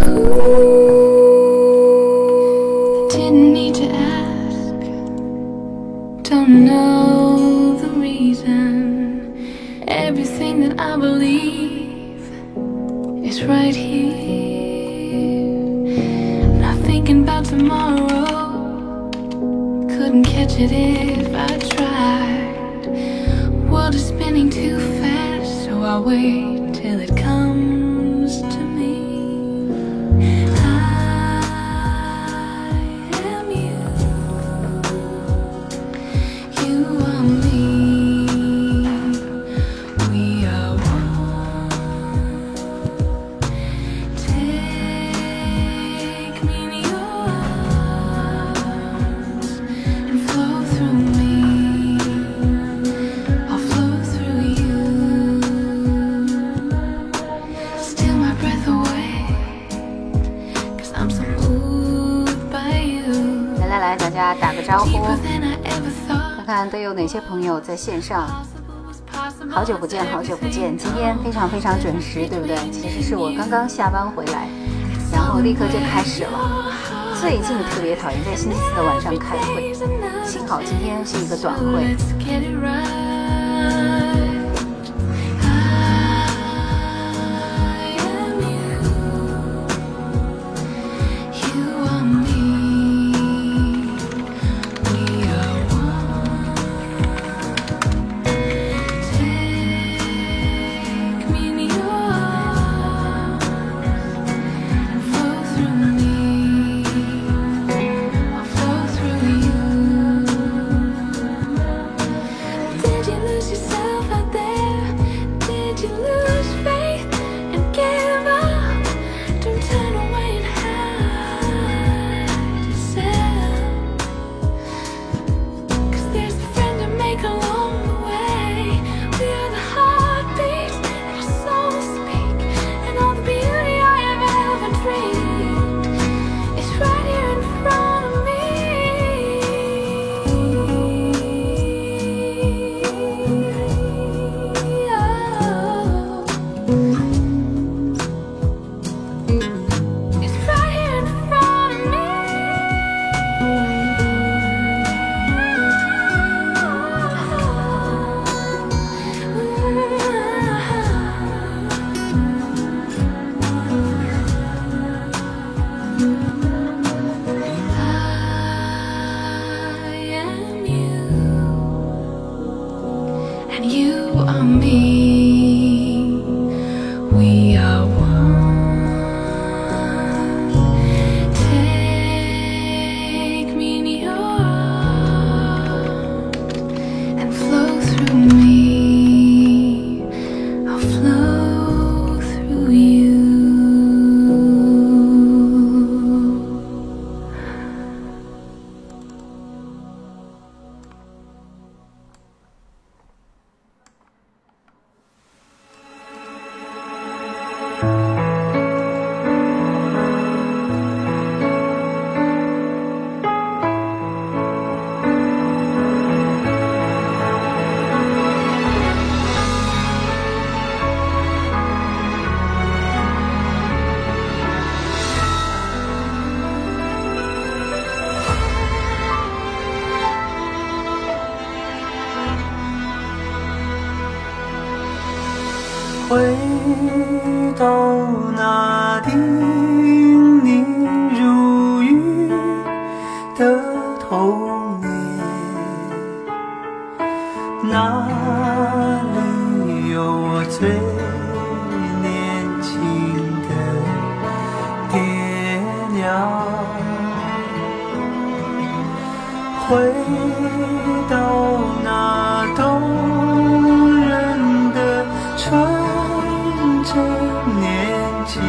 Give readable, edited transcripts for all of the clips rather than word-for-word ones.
Didn't need to ask, don't know the reason. Everything that I believe is right here. Not thinking about tomorrow, couldn't catch it if I tried. World is spinning too fast, so I wait till it comes to me. 大家打个招呼，看看都有哪些朋友在线上。好久不见，好久不见！今天非常非常准时，对不对？其实是我刚刚下班回来，然后立刻就开始了。最近特别讨厌在星期四的晚上开会，幸好今天是一个短会。 回到那叮咛如雨的童年，那里有我最年轻的爹娘。回到那动人的春真年纪，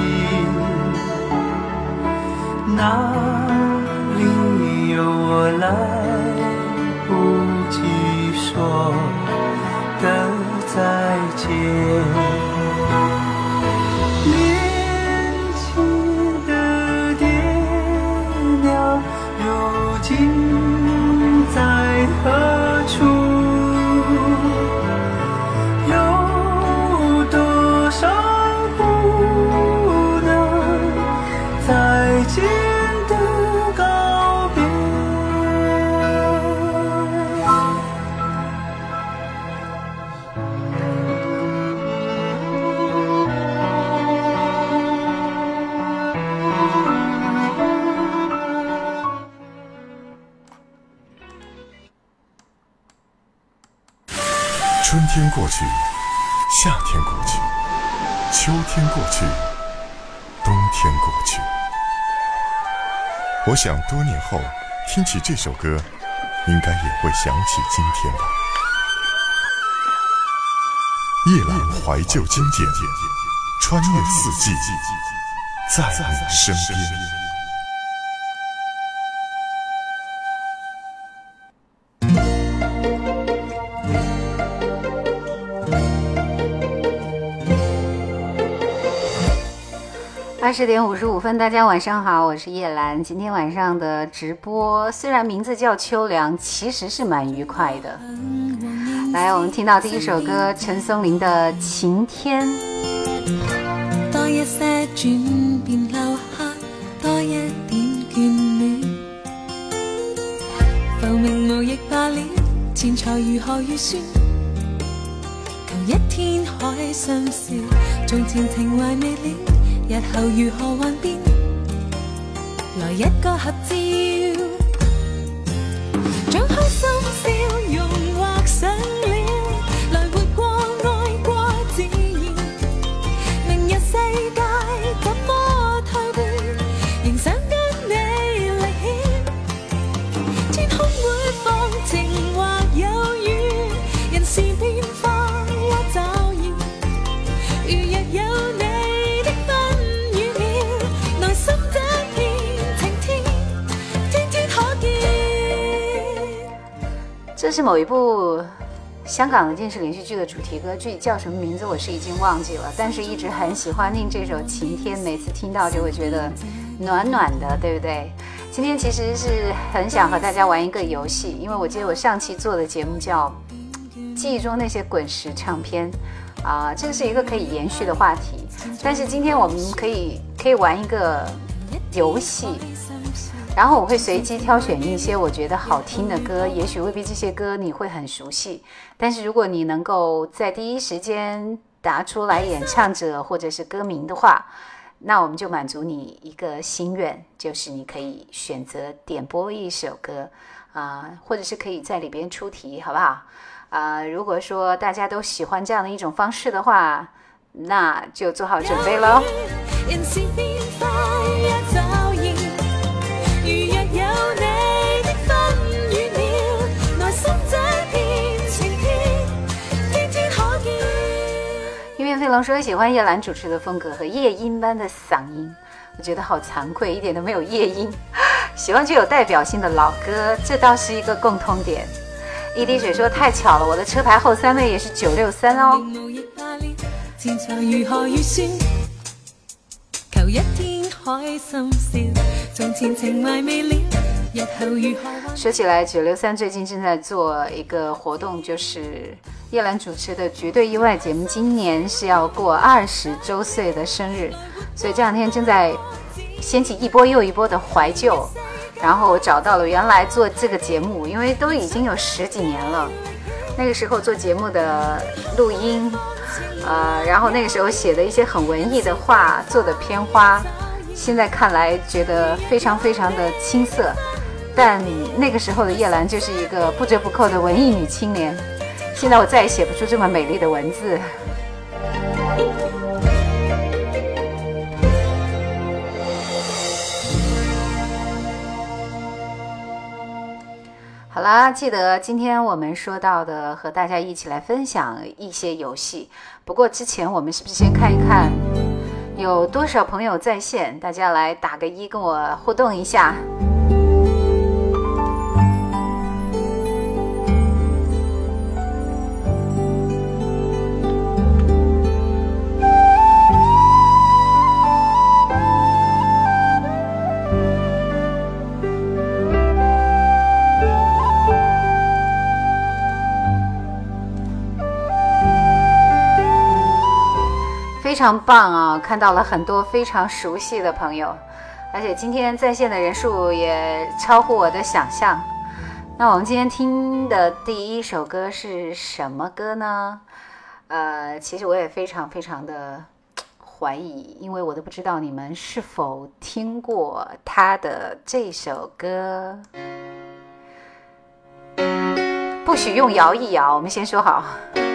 那里有我来不及说的再见。年轻的爹娘如今在何处？有多少苦难心的告别。 春天过去，夏天过去，秋天过去，冬天过去。我想多年后听起这首歌，应该也会想起今天吧。夜阑怀旧经典，穿越四季，在你身边。 20:55，大家晚上好，我是叶兰。今天晚上的直播虽然名字叫秋凉，其實是蠻愉快的。來，我們聽到第一首歌，陳松伶的《晴天》。 多一些轉變留下，多一點眷戀。浮名無益罷了，錢財如何預算？求一天開心笑，從前情懷未了。日後如何幻變？來一個合照，將開心笑容畫上了，來活過愛過自然。明日世界怎麼蛻變？仍想跟你歷險。天空會放晴或有雨，人事變化也驟然。如若有你。 这是某一部香港的电视连续剧的主题歌，具体叫什么名字我是已经忘记了，但是一直很喜欢听这首《晴天》，每次听到就会觉得暖暖的，对不对？今天其实是很想和大家玩一个游戏，因为我记得我上期做的节目叫记忆中那些滚石唱片这是一个可以延续的话题，但是今天我们可以玩一个游戏，然后我会随机挑选一些我觉得好听的歌，也许未必这些歌你会很熟悉，但是如果你能够在第一时间答出来演唱者或者是歌名的话，那我们就满足你一个心愿，就是你可以选择点播一首歌或者是可以在里边出题，好不好？如果说大家都喜欢这样的一种方式的話，那就做好準備咯。因为飞龙说喜欢叶兰主持的风格和夜莺般的嗓音，我觉得好惭愧，一点都没有夜莺。喜欢具有代表性的老歌，这倒是一个共通点。一滴水说太巧了，我的车牌后3位也是963哦。说起来963最近正在做一个活动，就是叶兰主持的绝对意外节目今年是要过20周岁的生日，所以这两天正在掀起一波又一波的怀旧，然后我找到了原来做这个节目，因为都已经有10几年了，那个时候做节目的录音然后那个时候写的一些很文艺的话，做的片花，现在看来觉得非常非常的青涩，但那个时候的叶兰就是一个不折不扣的文艺女青年，现在我再也写不出这么美丽的文字。好啦，记得今天我们说到的和大家一起来分享一些游戏，不过之前我们是不是先看一看有多少朋友在线，大家来打个1跟我互动一下。非常棒啊！看到了很多非常熟悉的朋友而且今天在线的人数也超乎我的想象。那我们今天听的第一首歌是什么歌呢？其实我也非常非常的怀疑，因为我都不知道你们是否听过他的这首歌。不许用摇一摇，我们先说好。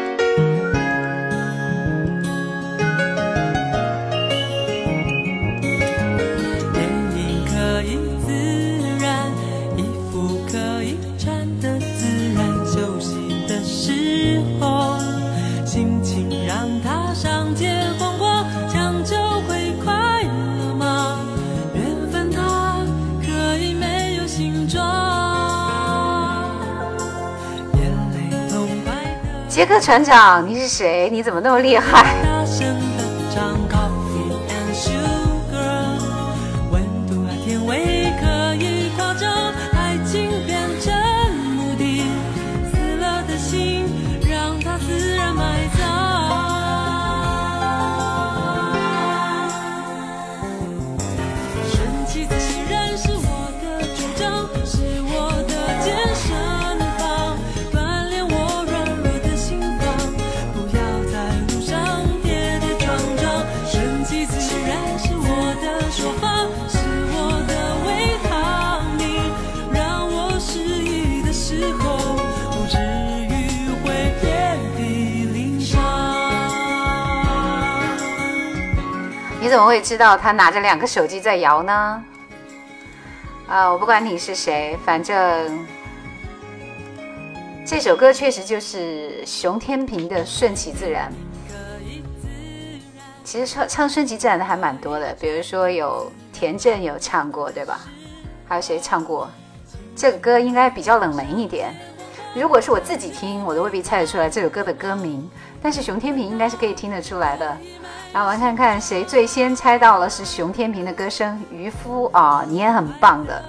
杰克船长，你是谁？你怎么那么厉害？你怎么会知道他拿着2个手机在摇呢？我不管你是谁，反正这首歌确实就是熊天平的《顺其自然》。其实唱顺其自然的还蛮多的，比如说有田震有唱过，对吧？还有谁唱过？这个歌应该比较冷门一点。如果是我自己听，我都未必猜得出来这首歌的歌名，但是熊天平应该是可以听得出来的。然后我们看看谁最先猜到了是熊天平的歌声。渔夫啊，你也很棒的。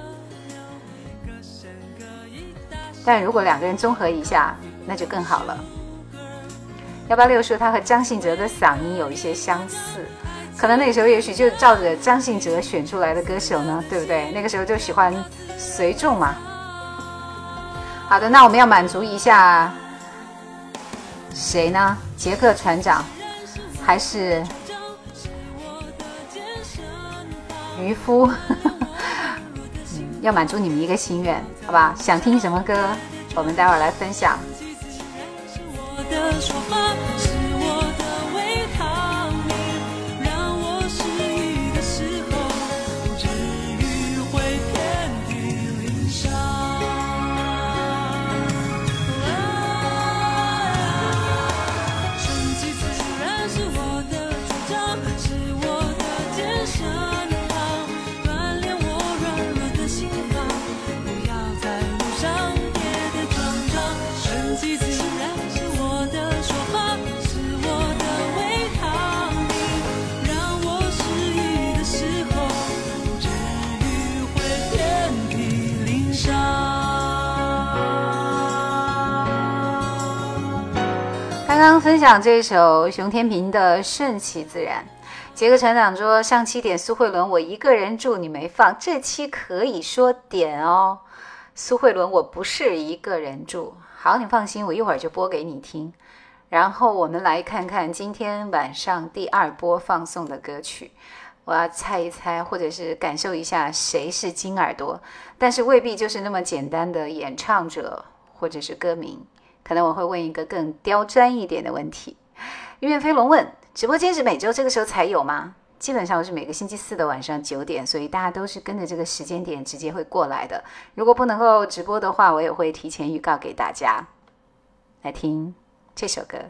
但如果2个人综合一下，那就更好了。186说他和张信哲的嗓音有一些相似，可能那个时候也许就照着张信哲选出来的歌手呢，对不对？那个时候就喜欢随众嘛。好的，那我们要满足一下谁呢？杰克船长还是渔夫？要满足你们一个心愿，好吧？想听什么歌，我们待会儿来分享。刚刚分享这首熊天平的《顺其自然》。杰克船长说上期点苏慧伦我一个人住你没放，这期可以说点哦。苏慧伦我不是一个人住，好，你放心，我一会儿就播给你听。然后我们来看看今天晚上第2波放送的歌曲，我要猜一猜或者是感受一下谁是金耳朵，但是未必就是那么简单的演唱者或者是歌名，可能我会问一个更刁钻一点的问题。音乐飞龙问，直播间是每周这个时候才有吗？基本上是每个星期4的晚上9点，所以大家都是跟着这个时间点直接会过来的。如果不能够直播的话，我也会提前预告给大家。来听这首歌。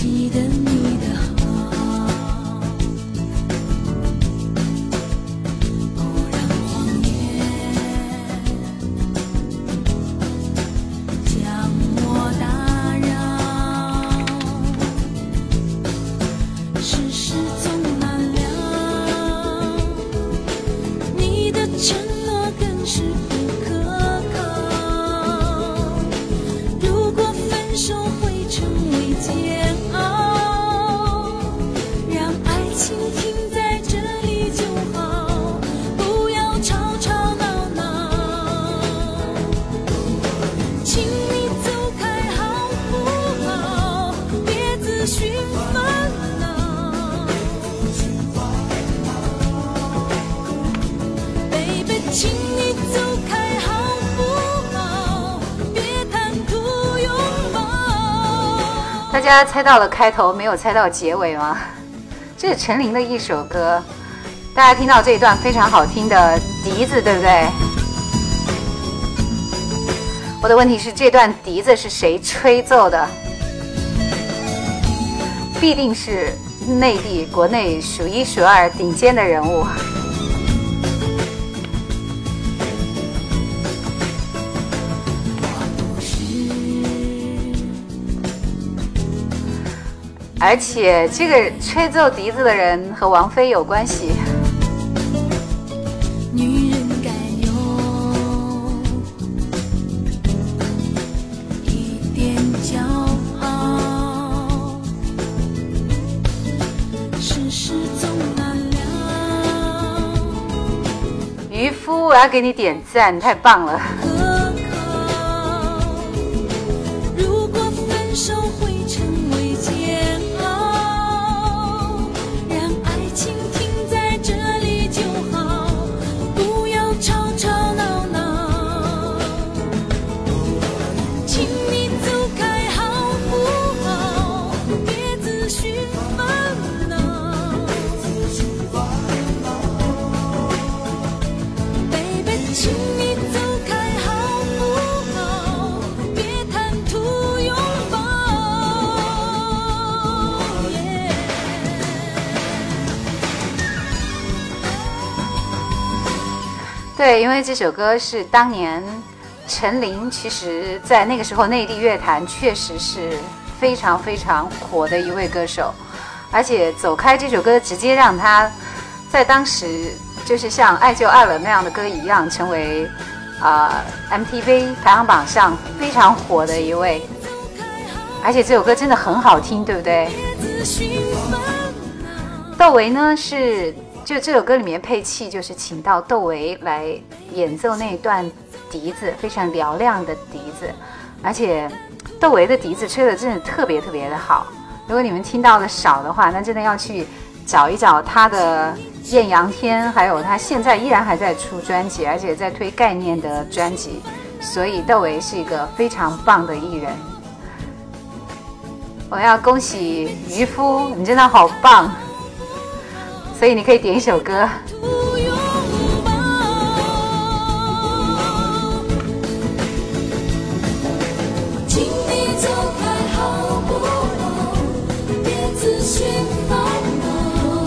记得你的好，不让谎言将我打扰，世事总难料，你的承诺更是不可靠。如果分手会成为煎熬，让爱情停在这里就好，不要吵吵闹闹。请你走开好不好？别自寻烦恼。Baby， 请你走开好不好？别贪图拥抱。 大家猜到了开头，没有猜到结尾吗？这是陈琳的一首歌，大家听到这一段非常好听的笛子，对不对？我的问题是，这段笛子是谁吹奏的？必定是内地、国内数一数二顶尖的人物。而且这个吹奏笛子的人和王菲有关系。 女人该有一点骄傲，世事总难料， 渔夫，我要给你点赞，太棒了！ 可靠。如果分手会成为煎熬，让爱情停在这里就好，不要吵吵闹闹。请你走开好不好？别自寻烦恼。Baby， 请你走开好不好？别贪图拥抱。Yeah。 对，因为这首歌是当年陈琳，其实在那个时候内地乐坛确实是非常非常火的一位歌手，而且走开这首歌直接让她在当时就是像爱就爱了那样的歌一样，成为MTV 排行榜上非常火的一位，而且这首歌真的很好听，对不对？ 别自寻烦窦唯呢是就这首歌里面配器就是请到窦唯来演奏那一段笛子，非常嘹亮的笛子，而且窦唯的笛子吹的真的特别特别的好。如果你们听到的少的话，那真的要去找一找他的《艳阳天》，还有他现在依然还在出专辑，而且在推概念的专辑，所以窦唯是一个非常棒的艺人。我要恭喜渔夫，你真的好棒！所以你可以点一首歌。 图拥抱。请你走开好不好？别自寻烦恼。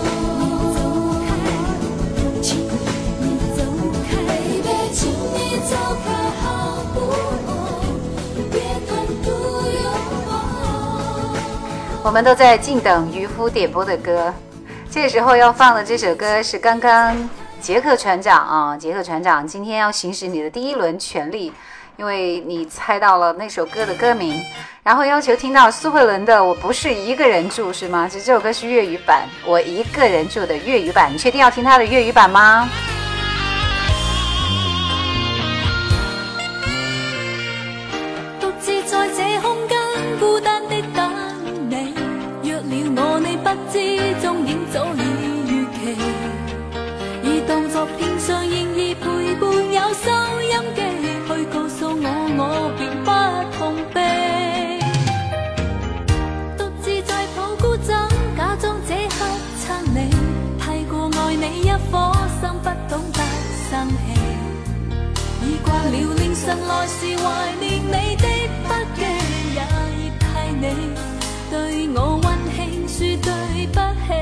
请你走开，Baby， 请你走开好不好？别贪图拥抱。 我们都在静等渔夫点播的歌。这个时候要放的这首歌是刚刚杰克船长啊，杰克船长今天要行使你的第一轮权利，因为你猜到了那首歌的歌名，然后要求听到苏慧伦的《我不是一个人住》是吗？其实这首歌是粤语版，我一个人住的粤语版，你确定要听他的粤语版吗？ 獨自在這空間孤單的等你，約了我你不知蹤影早已預期，已當作平常然而陪伴有收音機，去告訴我並不痛悲，獨自在抱孤枕假裝這刻撐你，太過愛你一顆心不懂得生氣，已慣了凌晨來時懷念你的筆記，也熱替你对我温馨说对不起。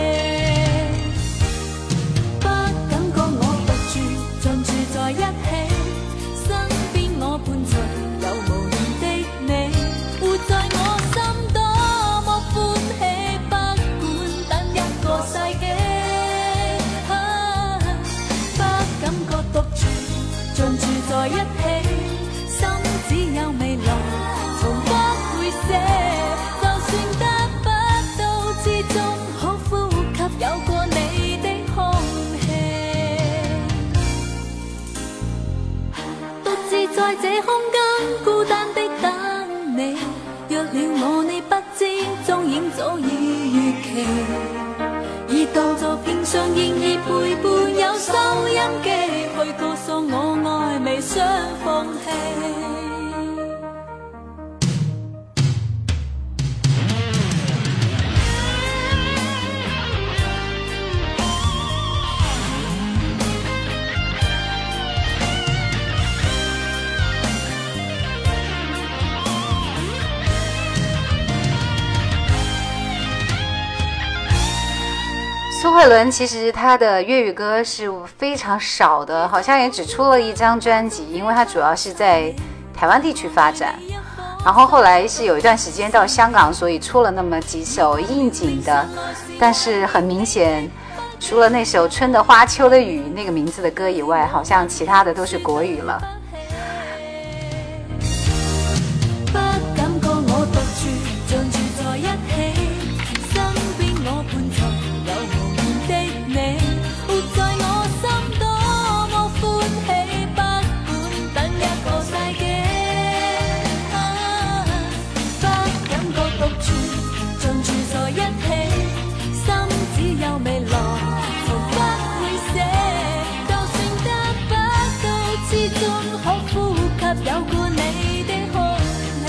不感觉我独住，像住在一起，身边我伴随有无言的你，活在我心多么欢喜，不管等一个世纪。不感觉独住，像住在一起，心只有未来，从不会捨。就算得不到，始終可呼吸有過你的空氣。獨自在這空間，孤單的等你。約了我，你不知蹤影早已預期。而當作片上仍然陪伴有收音機，去告訴我愛未想放棄。 苏慧伦其实她的粤语歌是非常少的，好像也只出了一张专辑，因为她主要是在台湾地区发展，然后后来是有一段时间到香港，所以出了那么几首应景的，但是很明显除了那首《春的花秋的雨》那个名字的歌以外，好像其他的都是国语了。 不感覺我獨住，像住在一起，身邊我伴隨有無言的你，活在我心多麼歡喜，不管等一個世紀。不感覺獨住，像住在一起，心只有未來，從不會捨。就算得不到，始終可呼吸有過你的空氣。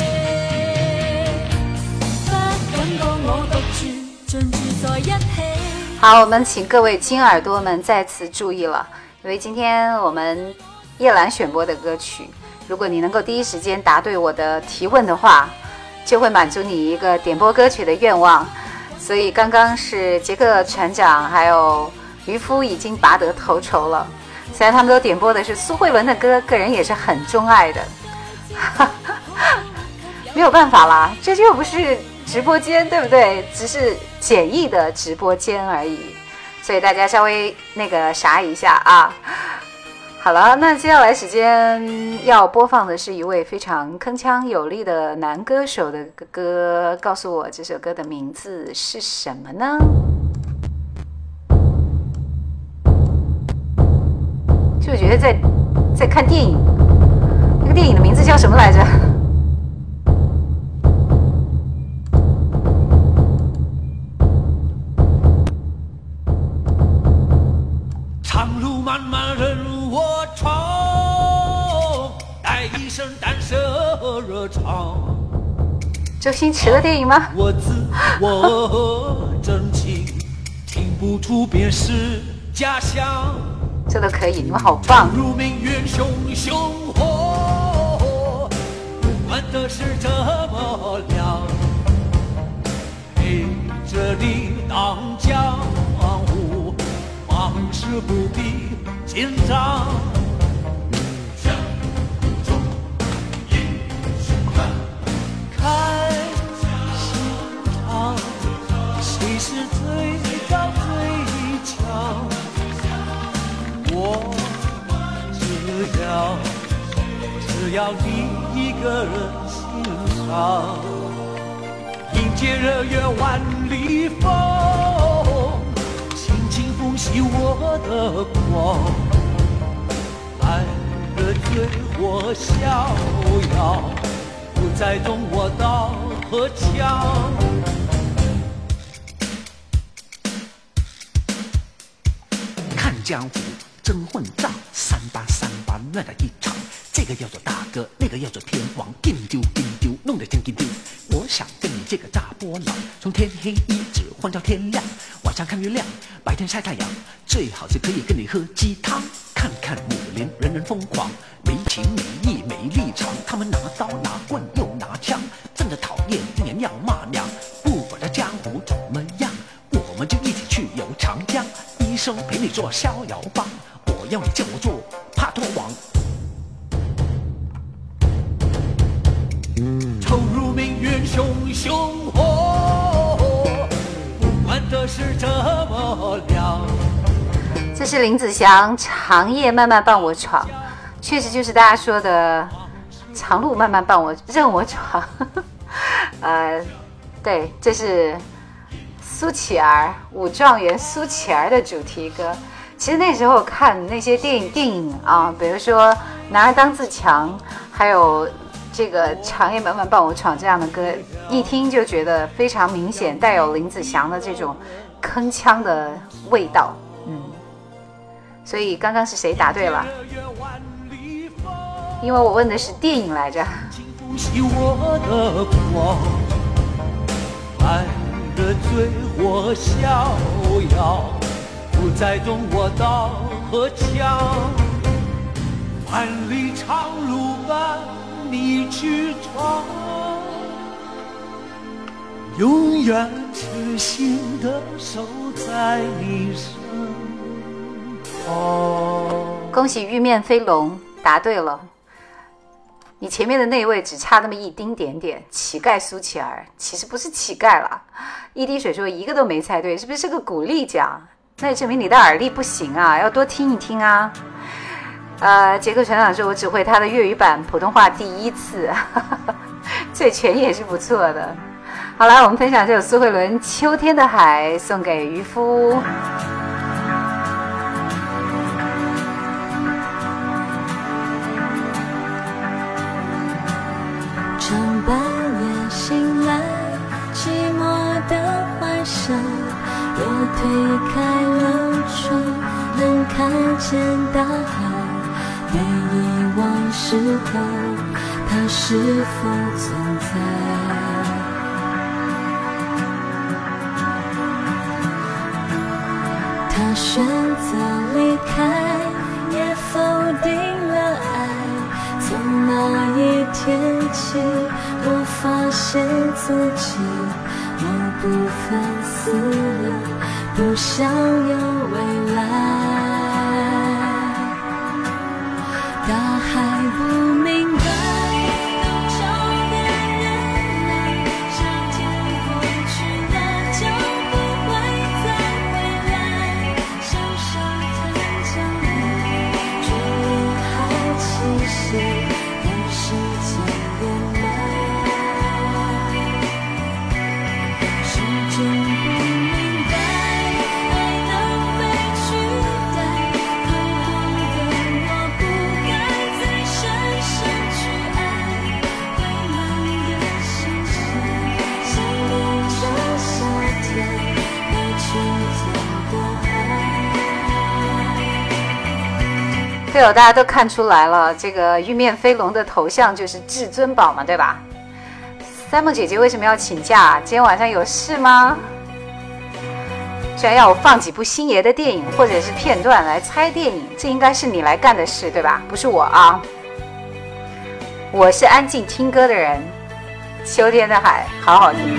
不感覺我獨住，像住在一起。 好，我们请各位金耳朵们再次注意了，因为今天我们叶兰选播的歌曲，如果你能够第一时间答对我的提问的话，就会满足你一个点播歌曲的愿望。所以刚刚是杰克船长还有渔夫已经拔得头筹了，虽然他们都点播的是苏慧伦的歌，个人也是很钟爱的。没有办法啦，这就不是直播间，对不对？只是简易的直播间而已，所以大家稍微那个啥一下啊。好了，那接下来时间要播放的是一位非常铿锵有力的男歌手的歌，告诉我这首歌的名字是什么呢？就觉得在看电影，那个电影的名字叫什么来着？ 长路漫漫任我闯，带一身胆色热肠。 周星驰的电影吗？ 我自我真情，听不出便是家乡。 这都可以，你们好棒！ 如命运熊熊火，玩的是这么亮，陪着你当江湖，往事不必紧张。看心肠，谁是最高最强？我只要你一个人欣赏，迎接日月万里风，轻轻风袭我的光，爱人醉我逍遥，不再动我刀和枪。看江湖真混账，3838乱了一场，这个要做大哥，那个要做天王，劲丢劲丢，弄得真劲丢。我想跟你这个大波浪，从天黑一直混到天亮，晚上看月亮，白天晒太阳，最好是可以跟你喝鸡汤。看看武林人人疯狂，没情没义没立场，他们拿刀拿棍又拿枪，真的讨厌，一年要骂娘。 你做逍遥帮，我要你叫我做帕托王。投入命运熊熊火，不管的是这么亮。 这是林子祥《长夜漫漫伴我闯》，确实就是大家说的长路漫漫伴我任我闯。对，这是苏乞儿武状元苏乞儿的主题歌。其实那时候看那些电影啊，比如说《男儿当自强》，还有这个《长夜漫漫伴我闯》这样的歌，一听就觉得非常明显带有林子祥的这种铿锵的味道。所以刚刚是谁答对了？因为我问的是电影来着。 我的光，爱人醉我逍遥，不再懂我道和强。万里长路伴你去闯，永远痴心的守在你身。 恭喜玉面飞龙答对了，你前面的那位只差那么一丁点点，乞丐苏乞儿其实不是乞丐了。一滴水说一个都没猜对，是不是个鼓励奖？那也证明你的耳力不行啊，要多听一听啊。杰克船长说我只会他的粤语版，普通话第一次，这全也是不错的。好来，我们分享这首苏慧伦《秋天的海》，送给渔夫。 长半夜醒来，寂寞的幻想，又推开了窗，能看见大海。被遗忘时候，它是否存在？他选择离开，也否定了爱。从那一天起，我发现自己某部分死了，不想有未来。大海不明白，弄潮的人来，夏天过去了就不会再回来。小沙滩降临，却连海气息被时间掩埋。始终不明白，爱能被取代，彷徨的我不该再深深去爱。灰蓝的星星，想念着夏天和秋天的海。 对哦，大家都看出来了，这个玉面飞龙的头像就是至尊宝嘛，对吧？Simon 姐姐为什么要请假？今天晚上有事吗？居然要我放几部星爷的电影或者是片段来猜电影，这应该是你来干的事，对吧？不是我啊，我是安静听歌的人。秋天的海，好好听。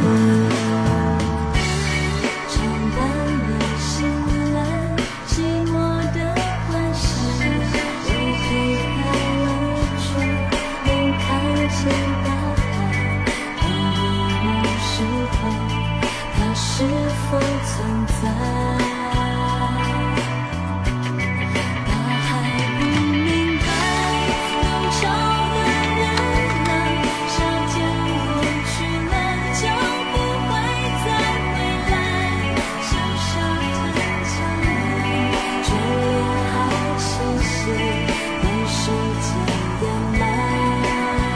长半夜醒来，寂寞的幻想，我推开了窗，能看见大海。被遗忘时候，它是否存在？大海不明白，弄潮的人来，夏天过去了就不会再回来。小沙滩降临，却连海气息被时间掩埋。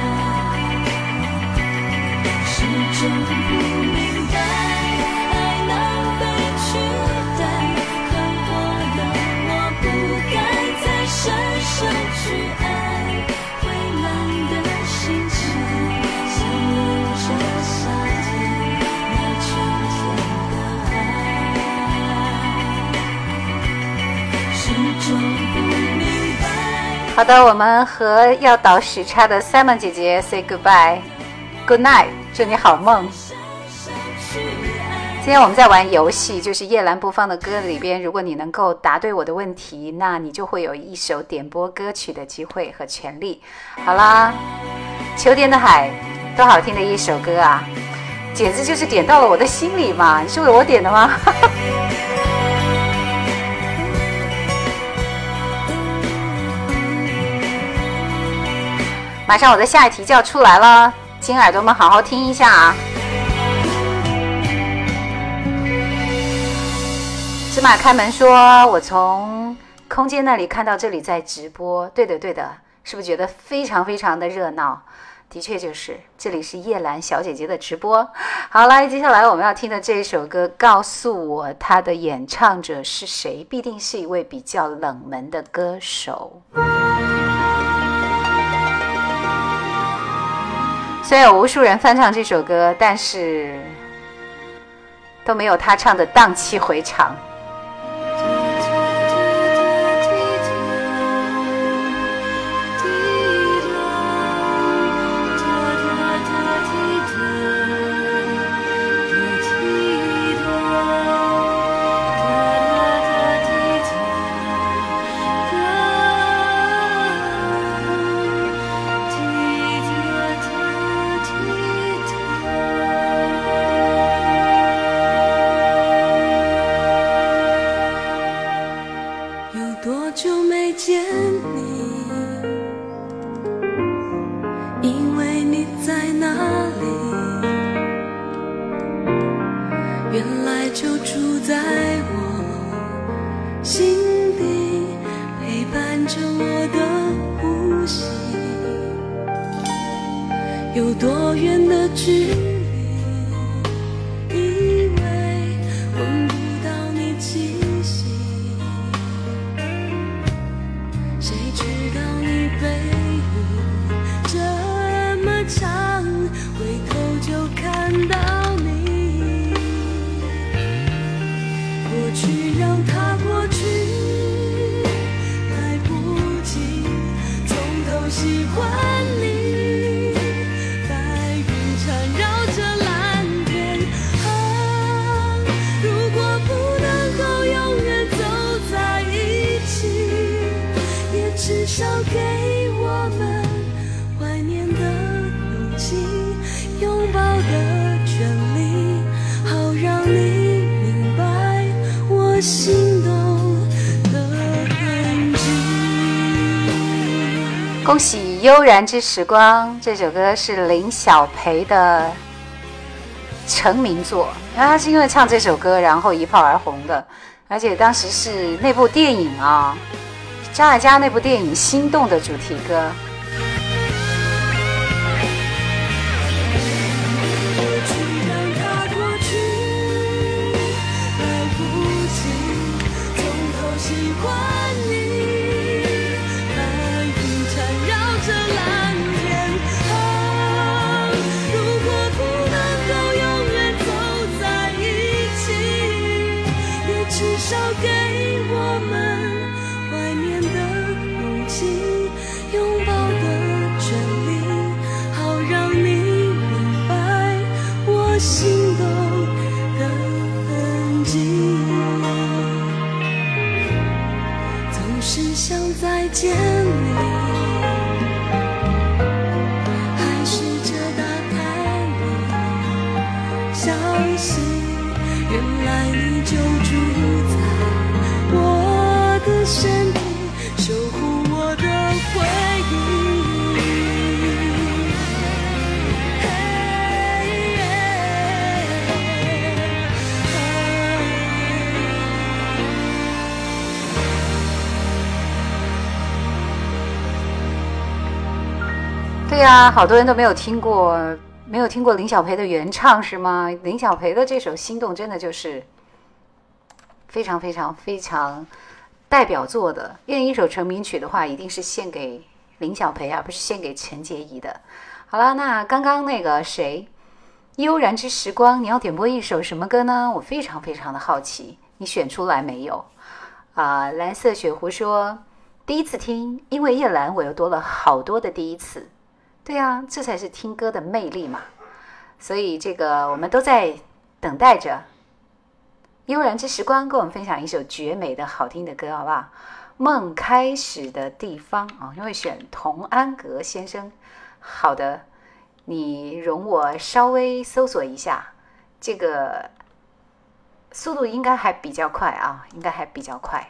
始终不明白，爱能被取代，看破了我不该再深深去爱。灰蓝的心情，想念着夏天那秋天的海。始终不明白。 好的，我们和要倒时差的 Simon 姐姐 say goodbye，good night，祝你好梦。 深深去爱， 今天我们在玩游戏，就是叶兰播放的歌里边，如果你能够答对我的问题，那你就会有一首点播歌曲的机会和权利。好啦，秋天的海，多好听的一首歌啊，简直就是点到了我的心里嘛！你是为我点的吗？马上我的下一题就要出来了，金耳朵们好好听一下啊！芝麻开门说，我从空间那里看到这里在直播。对的对的，是不是觉得非常非常的热闹？的确就是，这里是叶兰小姐姐的直播。好了，接下来我们要听的这一首歌，告诉我它的演唱者是谁，必定是一位比较冷门的歌手。虽然有无数人翻唱这首歌，但是都没有他唱的荡气回肠。 有多远的距离，以为闻不到你气息，谁知道你背影这么长，回头就看到你。过去让它过去，来不及从头喜欢你。至少给我们怀念的勇气，拥抱的权利，好让你明白我心动的痕迹。 恭喜悠然之时光，这首歌是林小培的成名作，然后他是因为唱这首歌然后一炮而红的，而且当时是那部电影啊，张艾嘉那部电影《心动》的主题歌。 至少给我们怀念的勇气，拥抱的权利，好让你明白我心动的痕迹。总是想再见你，还试着打开你，相信原来你就住我的身体，守护我的回忆。 对呀，好多人都没有听过林小培的原唱是吗？林小培的这首《心动》真的就是非常非常非常代表作的，因为一首成名曲的话一定是献给林小培而不是献给陈洁仪的。好了，那刚刚那个谁悠然之时光，你要点播一首什么歌呢？我非常非常的好奇，你选出来没有蓝色雪狐说第一次听，因为叶兰我又多了好多的第一次。对啊，这才是听歌的魅力嘛。所以这个我们都在等待着悠然之时光跟我们分享一首绝美的好听的歌，好不好？梦开始的地方啊，因为选童安格先生。好的，你容我稍微搜索一下，这个速度应该还比较快啊，应该还比较快。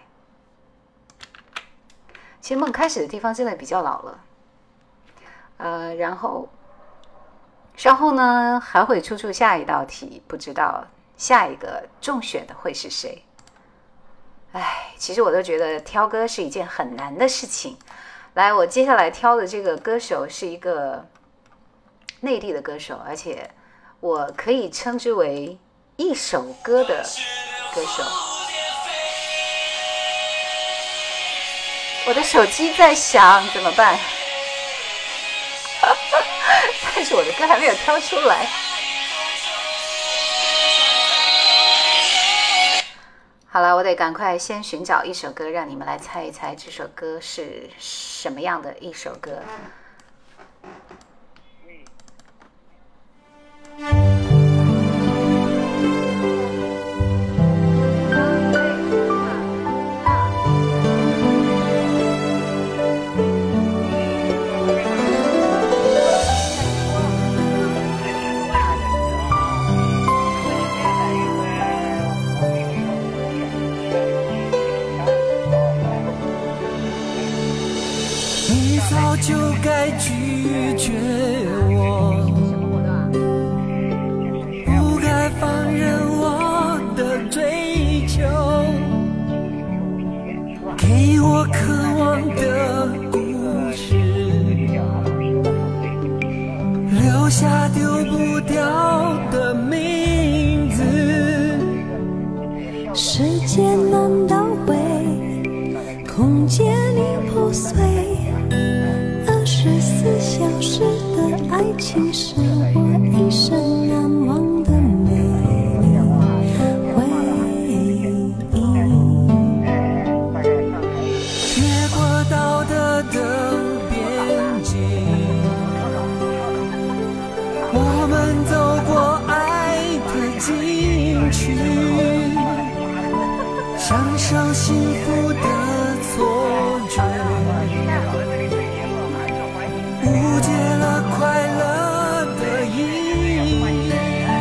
其实梦开始的地方真的比较老了，然后稍后呢还会出下一道题，不知道下一个中选的会是谁。哎，其实我都觉得挑歌是一件很难的事情。来，我接下来挑的这个歌手是一个内地的歌手，而且我可以称之为一首歌的歌手。我的手机在响，怎么办？但是我的歌还没有挑出来。好了，我得赶快先寻找一首歌，让你们来猜一猜这首歌是什么样的一首歌。 早就该拒绝我，不该放任我的追求，给我渴望的故事，留下丢不掉的名字。 时间难倒回，空间已破碎。24小时的爱情是我一生难忘的美丽回忆。 越过道德的边界，我们走过爱的禁区，享受幸福的错觉，误解了快乐的意义。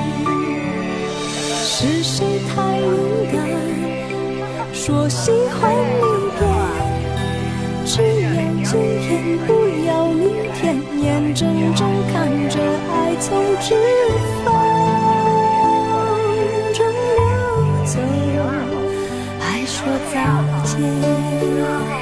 是谁太勇敢，说喜欢离别，只要今天不要明天，眼睁睁看着爱从指缝中流走，还说再见。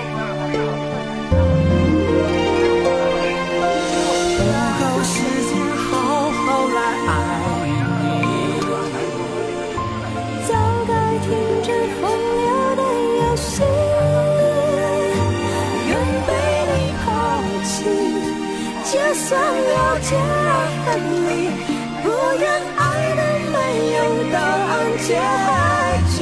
就算了解恨你，不愿爱的没有答案结局。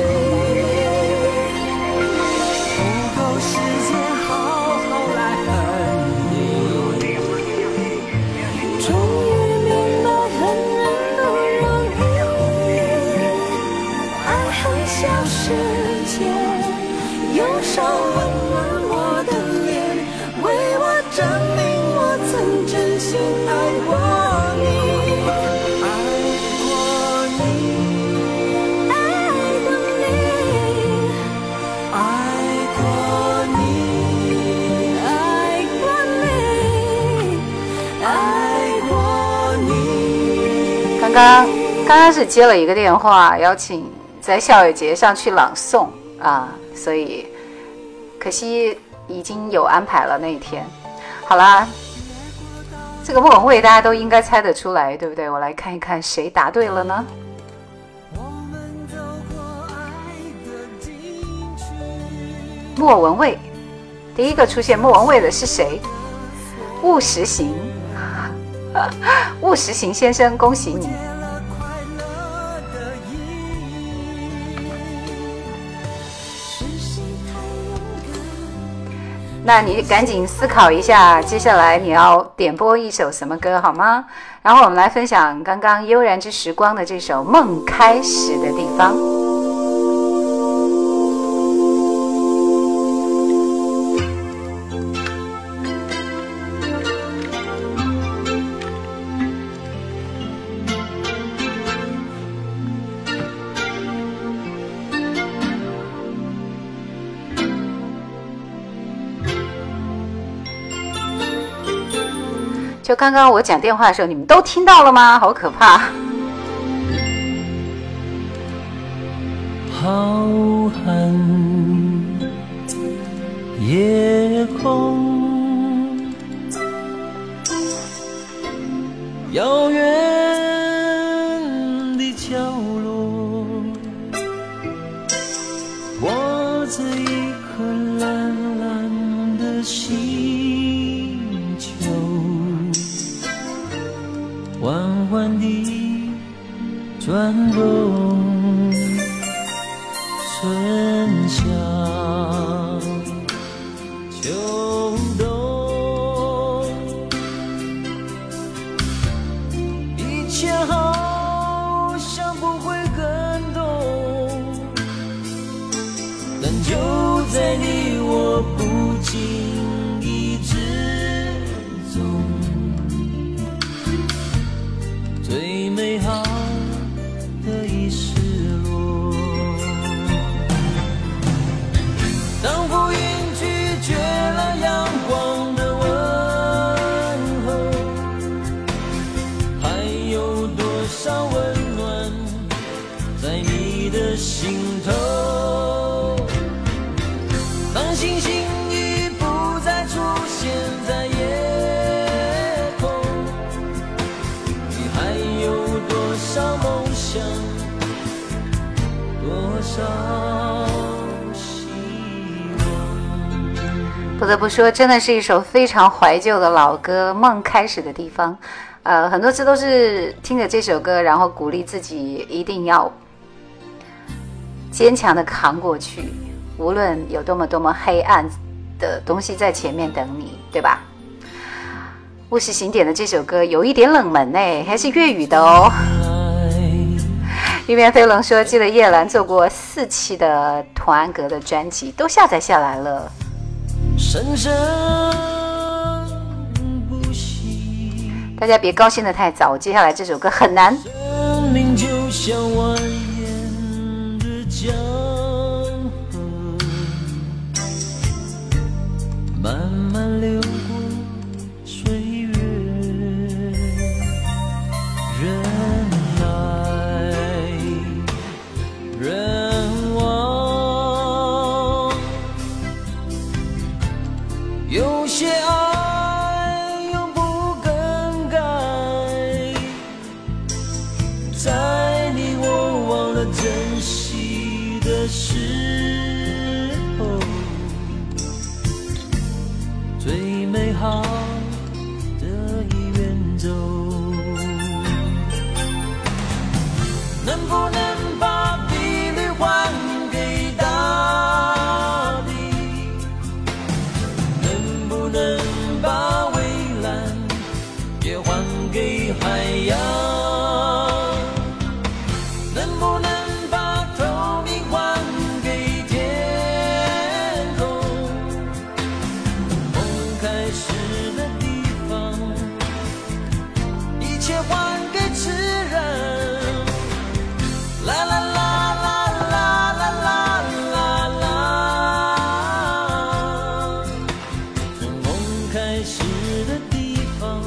不够时间好好来恨你， 终于明白恨人不容易，爱恨小世界， 用手温暖我的脸，为我证明我曾真心爱过你，爱过你， 爱过你， 爱过你， 爱过你， 爱过你。 刚刚是接了一个电话，邀请在校友节上去朗诵啊，所以可惜已经有安排了那一天。好啦，这个莫文蔚大家都应该猜得出来，对不对？我来看一看谁答对了呢？莫文蔚，第一个出现莫文蔚的是谁？务实行，务实行先生，恭喜你！那你赶紧思考一下，接下来你要点播一首什么歌好吗？然后我们来分享刚刚悠然之时光的这首《梦开始的地方》。 就刚刚我讲电话的时候，你们都听到了吗？好可怕！ 浩瀚夜空，遥远的角落，我这一颗蓝蓝的星球，缓缓地转动。春夏秋冬，一切好像不会更动，但就在你我不经意之中，最美好的一世。当浮云拒绝了阳光的问候，还有多少温暖在你的心头？当星星已不再出现在夜空，你还有多少梦想？多少？ 不得不说，真的是一首非常怀旧的老歌，《梦开始的地方》。很多次都是听着这首歌，然后鼓励自己一定要坚强的扛过去，无论有多么黑暗的东西在前面等你，对吧？务实行点的这首歌有一点冷门哎，还是粤语的哦。一边飞龙说，记得叶兰做过4期的童安格的专辑，都下载下来了。 生生不息， 大家别高兴得太早，接下来这首歌很难。 生命就像蜿蜒的江河，慢慢流过岁月，人来人往，有些爱永不更改，在你我忘了珍惜的时候，最美好的已远走。能不能把碧绿还给大地？能不能把蔚蓝也还给海洋？能不能把透明还给天空？梦开始的地方，一切还给自然。啦啦啦啦啦啦啦啦，从梦开始的地方，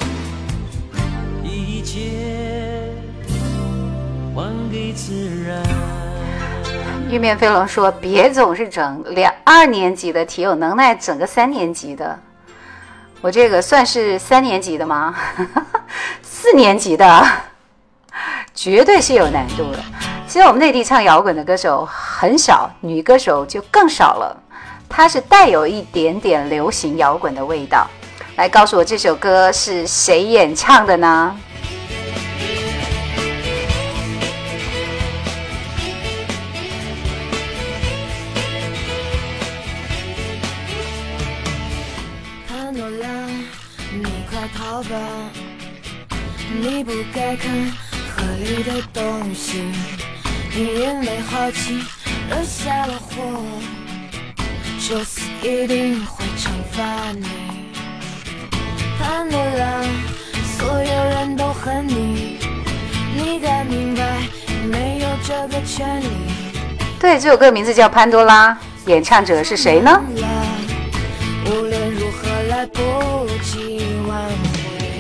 一切还给自然。 玉面飞龙说，别总是整2年级的题，有能耐整个3年级的。我这个算是3年级的吗？4年级的，绝对是有难度的。其实我们内地唱摇滚的歌手很少，女歌手就更少了，它是带有一点点流行摇滚的味道。来告诉我这首歌是谁演唱的呢？ 潘多拉，你快逃吧，你不该看河里的东西，你因为好奇惹下了祸，就死一定会惩罚你。潘多拉，所有人都恨你，你该明白没有这个权利。 对，这首歌名字叫《潘多拉》，演唱者是谁呢？ 无论如何来不及挽回。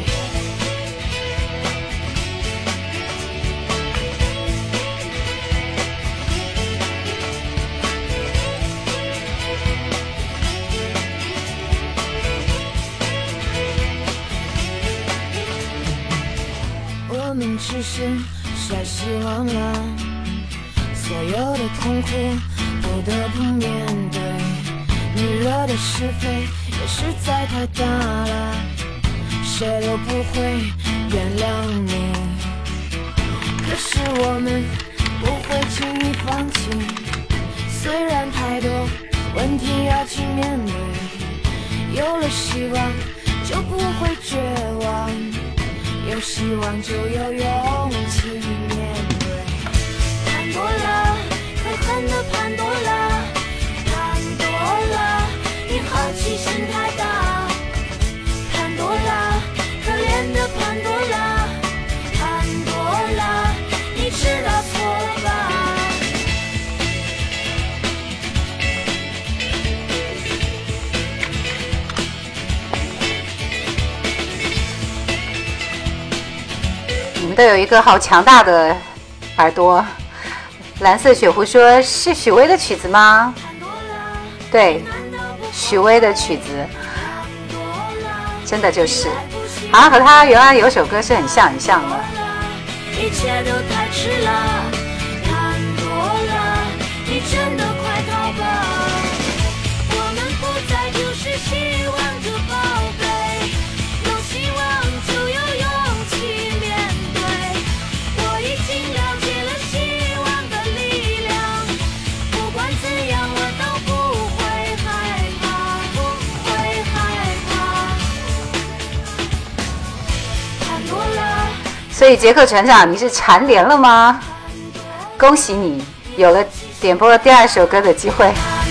事实实在失望了，所有的痛苦不得不面对，你惹的是非也实在太大了，谁都不会原谅你。可是我们不会轻易放弃，虽然太多问题要去面对，有了希望就不会绝望，有希望就有勇气面对。潘多拉，可恨的潘多拉，潘多拉，你好奇心太大。潘多拉，可怜的潘多拉，潘多拉，你知道错了吧？ 你们都有一个好强大的耳朵。蓝色雪狐说是许巍的曲子吗？对，许巍的曲子，真的就是，好像和他原来有首歌是很像的。 一切都太迟了，潘多拉，你真的快逃吧！我们不再就是希望这宝贝，有希望就有勇气面对。我已经了解了希望的力量，不管怎样我都不会害怕，不会害怕。潘多拉。 所以杰克船长，你是蝉联了吗？恭喜你有了点播第二首歌的机会。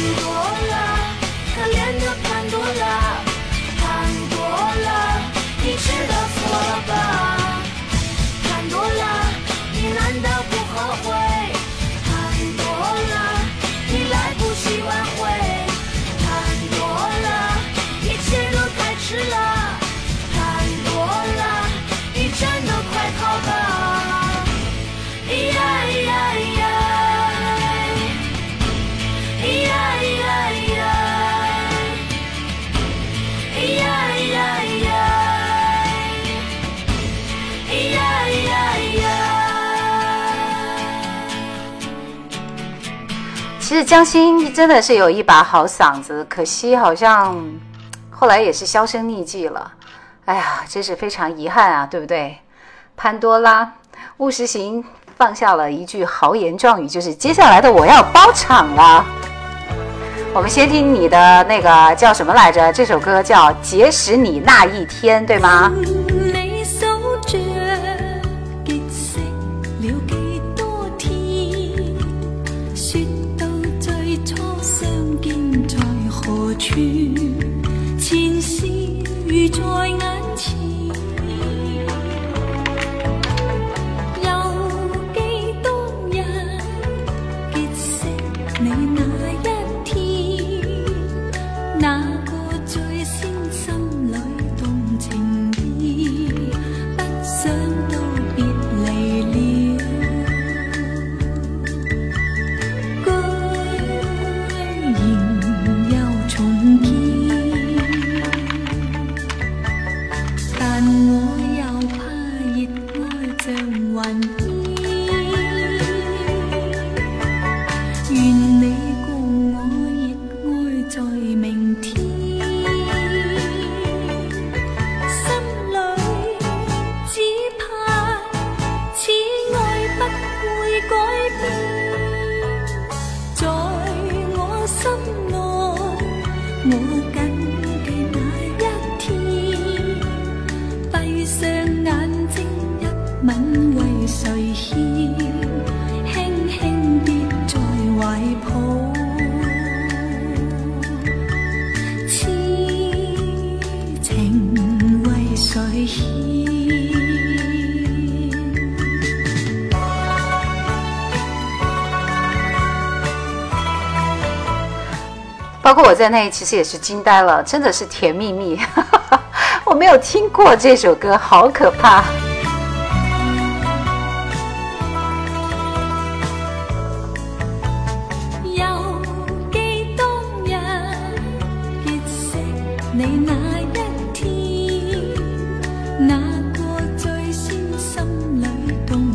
其实江心真的是有一把好嗓子，可惜好像后来也是销声匿迹了。哎呀，真是非常遗憾啊，对不对？潘多拉，务实行放下了一句豪言壮语，就是接下来的我要包场了。我们先听你的那个叫什么来着？这首歌叫《结识你那一天》，对吗？ 前事如在眼前，有幾多人結識你那一天，那個最先心裏動情意，不想到別離了，居然又重見。但我又怕熱愛像雲煙，願你共我熱愛在明天，心裏只怕此愛不會改變，在我心內我緊記那一天。閉上眼睛一吻為誰獻，輕輕跌在懷抱，痴情為誰獻？ 包括我在内，其实也是惊呆了，真的是甜蜜蜜。我没有听过这首歌，好可怕。 有幾多人結識你那一天，那個最先心裏動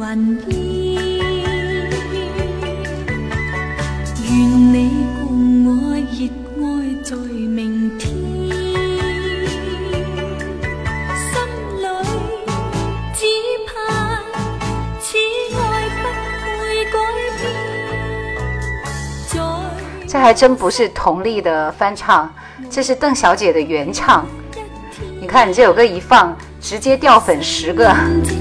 难依，愿你共我热爱在明天，心里只盼此爱不会改变。 这还真不是佟丽的翻唱，这是邓小姐的原唱。你看这首歌一放，直接掉粉10个。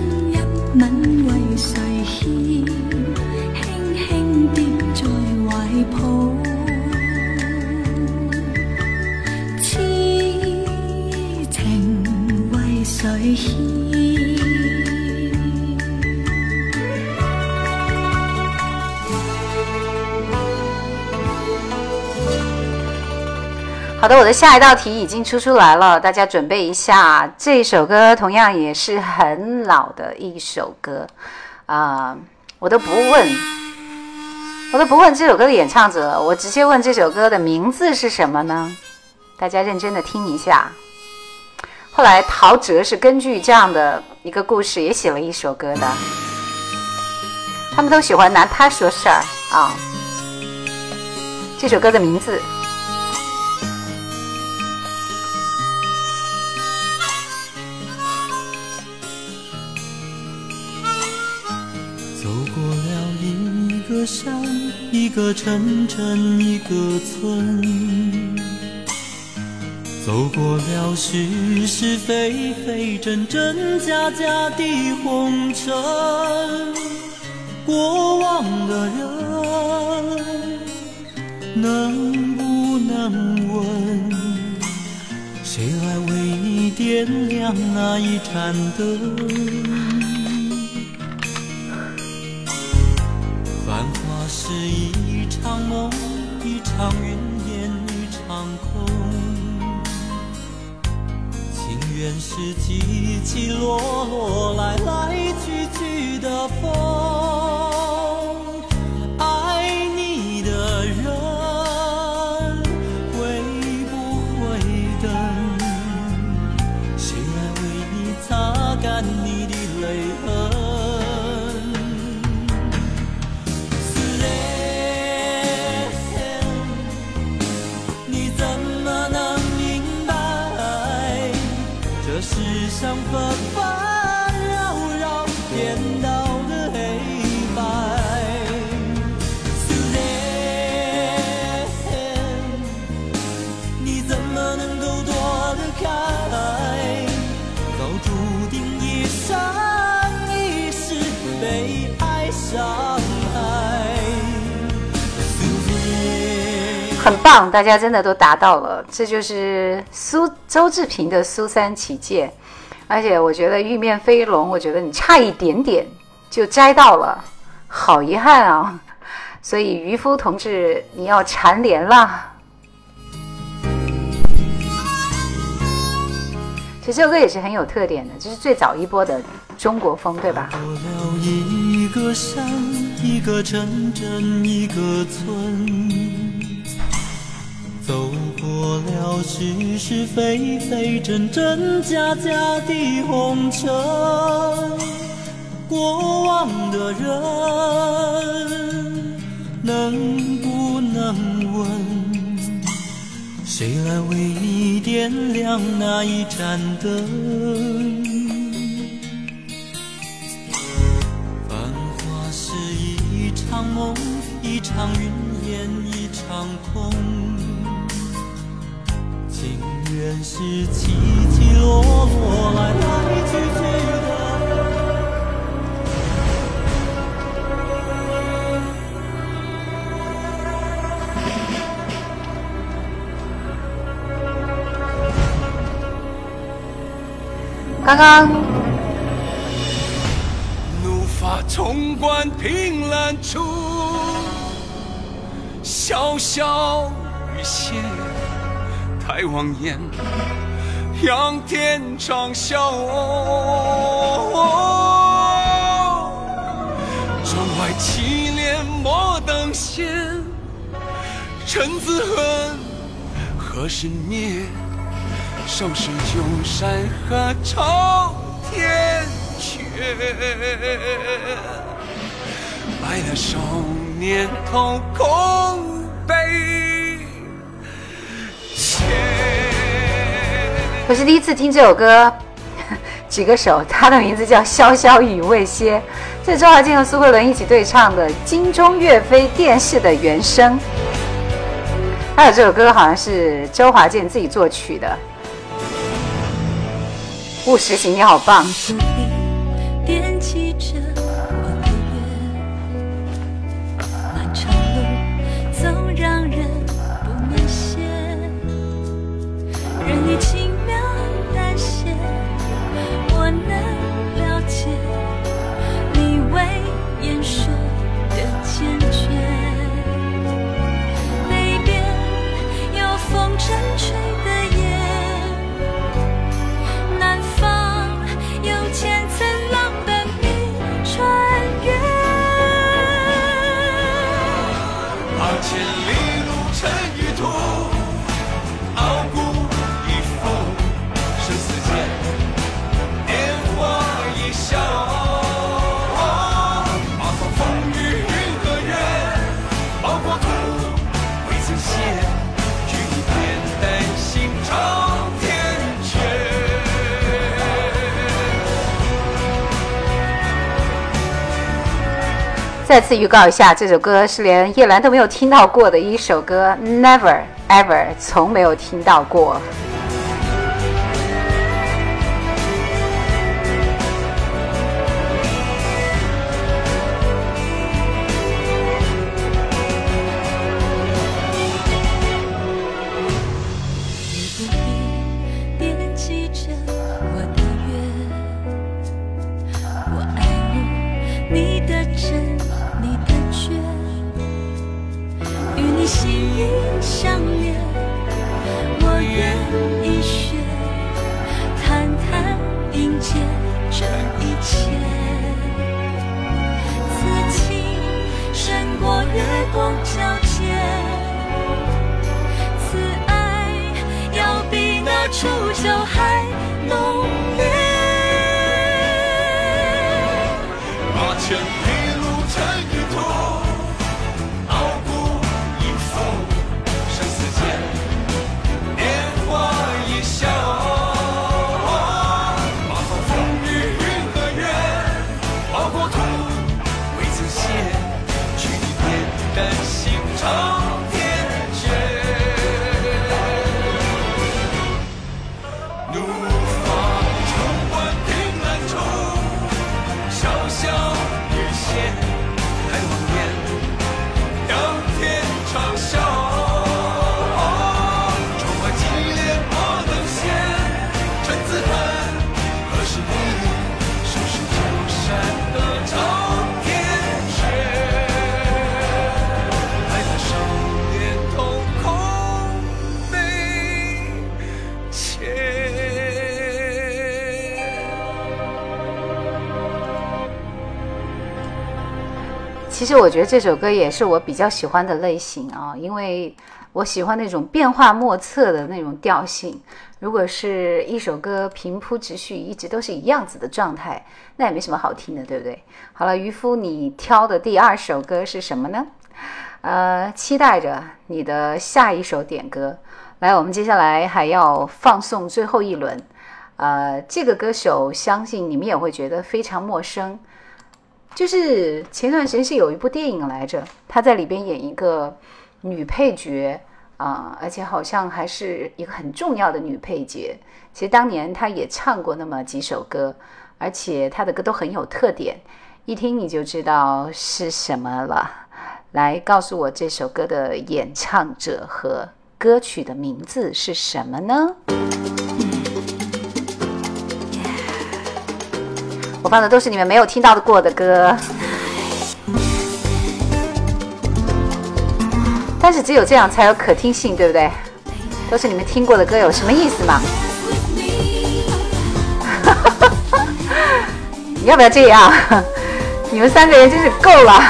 好的，我的下一道题已经出来了，大家准备一下。这首歌同样也是很老的一首歌，我都不问这首歌的演唱者，我直接问这首歌的名字是什么呢？大家认真的听一下。后来陶喆是根据这样的一个故事也写了一首歌的，他们都喜欢拿它说事儿啊。这首歌的名字。 走过了一个山，一个城镇，一个村，走过了是是非非，真真假假的红尘。过往的人能不能问，谁来为你点亮那一盏灯？繁华是一场梦，一场云烟，一场空。情缘是起起落落，来来去去的风。爱你的人会不会等？谁来为你擦干你的泪痕？世上纷纷扰扰，颠倒的黑白。思念，你怎么能够躲得开？早注定一生一世被爱伤害。 很棒，大家真的都达到了，这就是周志平的苏三起解。而且我觉得玉面飞龙，我觉得你差一点点就摘到了，好遗憾啊！所以渔夫同志你要蝉联了。其实这首歌也是很有特点的，这是最早一波的中国风，对吧？ 过了一个山，一个城镇，一个村，走过了是是非非，真真假假的红尘。过往的人能不能问，谁来为你点亮那一盏灯？繁华是一场梦，一场云烟，一场空。情缘是起起落落，来来去去的。 刚刚怒发冲冠凭栏处，潇潇雨歇太望眼，仰天长啸。窗外凄怜莫等闲，尘自恨何时灭？收拾旧山河朝天阙。 爱的少年瞳孔被切。 我是第一次听这首歌，举个手，它的名字叫《潇潇雨未歇》，这是周华健和苏慧伦一起对唱的《金钟岳飞》电视的原声。还有这首歌好像是周华健自己作曲的。务实行，你好棒！ 踮起着我的月，漫长路总让人不能歇，任你轻描淡写，我能了解你为言说的坚决。那边有风筝吹的夜，南方有千层浪奔你穿越 8千里路尘与土，傲骨一副，生死间年华一笑，八方风雨云和月，包括土未曾歇，举一片丹心朝天阙。 再次预告一下，这首歌是连叶兰都没有听到过的一首歌 ，Never Ever 从没有听到过。 踮起着我的月，我爱慕你的真，你的绝，与你心意相连，我愿意学，坦坦迎接这一切。此情胜过月光皎洁，此爱要比那初秋还浓烈。 8千里路尘与土，傲骨一副，生死间年华一笑，八方风雨云和月，包括土未曾歇，举一片丹心朝天阙。怒放冲冠凭栏处，潇潇雨歇，开往年仰天长啸。窗外激烈我能歇，陈子恨，何时你收拾旧山河朝天阙？爱的少年瞳孔被切。 其实我觉得这首歌也是我比较喜欢的类型啊，因为我喜欢那种变化莫测的那种调性。如果是一首歌平铺直叙，一直都是一样子的状态，那也没什么好听的，对不对？好了，渔夫，你挑的第二首歌是什么呢？期待着你的下一首点歌。来，我们接下来还要放送最后一轮。这个歌手相信你们也会觉得非常陌生。就是前段时间是有一部电影来着，她在里边演一个女配角而且好像还是一个很重要的女配角。其实当年她也唱过那么几首歌，而且她的歌都很有特点，一听你就知道是什么了。来告诉我这首歌的演唱者和歌曲的名字是什么呢？我放的都是你们没有听到过的歌，但是只有这样才有可听性，对不对？都是你们听过的歌，有什么意思嘛？你要不要这样？你们三个人真是够了。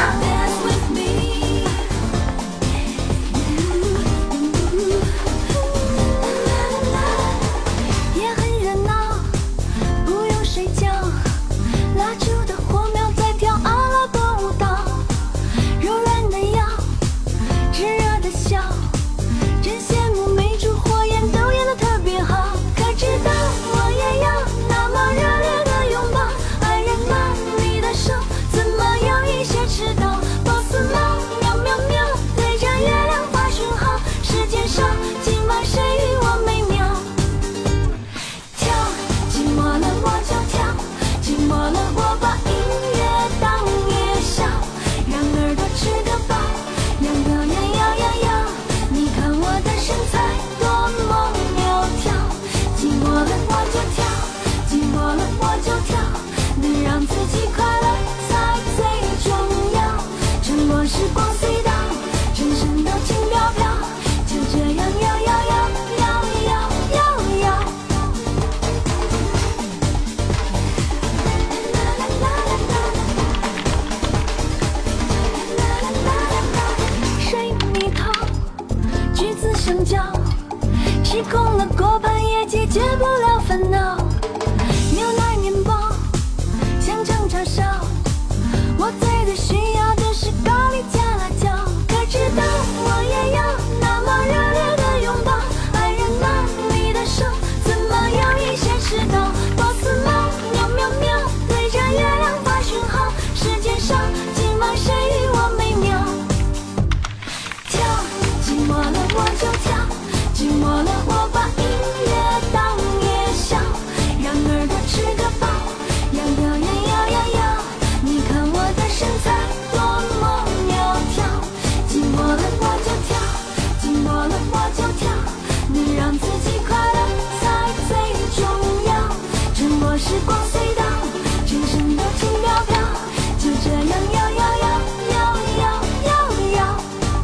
我最需要的是高丽加辣椒，可知道我也要那么热烈的拥抱，爱人那里的手怎么有一些迟到？波斯猫喵喵喵，对着月亮发讯号，世界上今晚谁与我美妙？跳，寂寞了我就跳，寂寞了我把音乐当夜宵，让耳朵吃个饱，摇摇呀摇呀摇，你看我的身材多么苗条，寂寞了我就跳，寂寞了我就跳，你让自己快乐才最重要，趁我时光隧道，全身都轻飘飘，就这样摇摇摇摇摇摇摇。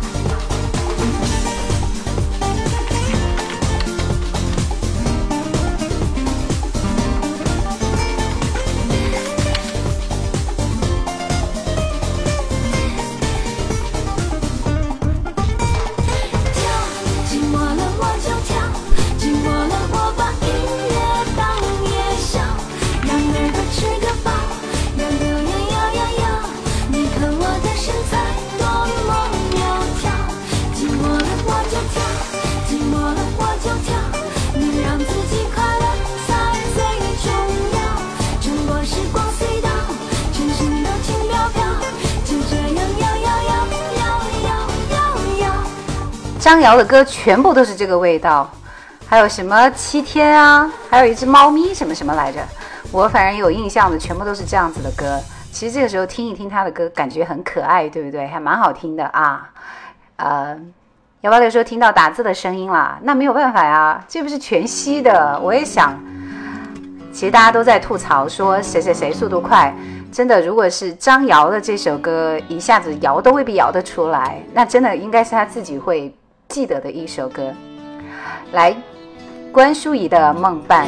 跳，寂寞了我就跳，寂寞了我把音乐当夜宵，让耳朵吃个饱，摇摇呀摇呀摇，你看我的身材多么苗条，寂寞了我就跳，寂寞了我就跳，你让自己快乐才最重要，趁我时光隧道，全身都轻飘飘，就这样摇摇摇摇摇摇摇。 张瑶的歌全部都是这个味道，还有什么7天啊，还有一只猫咪什么什么来着，我反正有印象的全部都是这样子的歌。其实这个时候听一听他的歌，感觉很可爱，对不对？还蛮好听的啊。186说听到打字的声音啦，那没有办法呀，这不是全息的。我也想，其实大家都在吐槽说谁谁谁速度快，真的，如果是张瑶的这首歌，一下子摇都未必摇得出来，那真的应该是他自己会记得的一首歌。来，关淑怡的《梦伴》，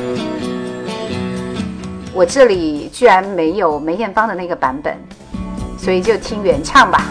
我这里居然没有梅艳芳的那个版本，所以就听原唱吧。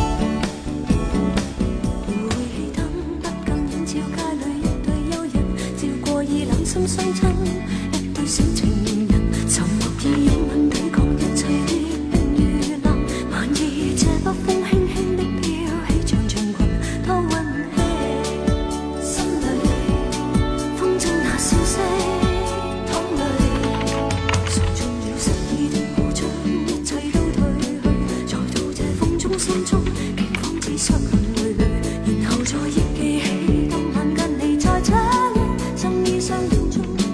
心相親，一對小情人，沉默以勇猛抵抗一切的冰與冷。晚意這北風輕輕的飄起，像長裙多溫馨。心裏風中那消息，淌淚，誰中了失意的鼓掌，一切都退去，才到這風中心中，竟方知失去淚淚，然後再憶記起當晚跟你在這裏，心意相連。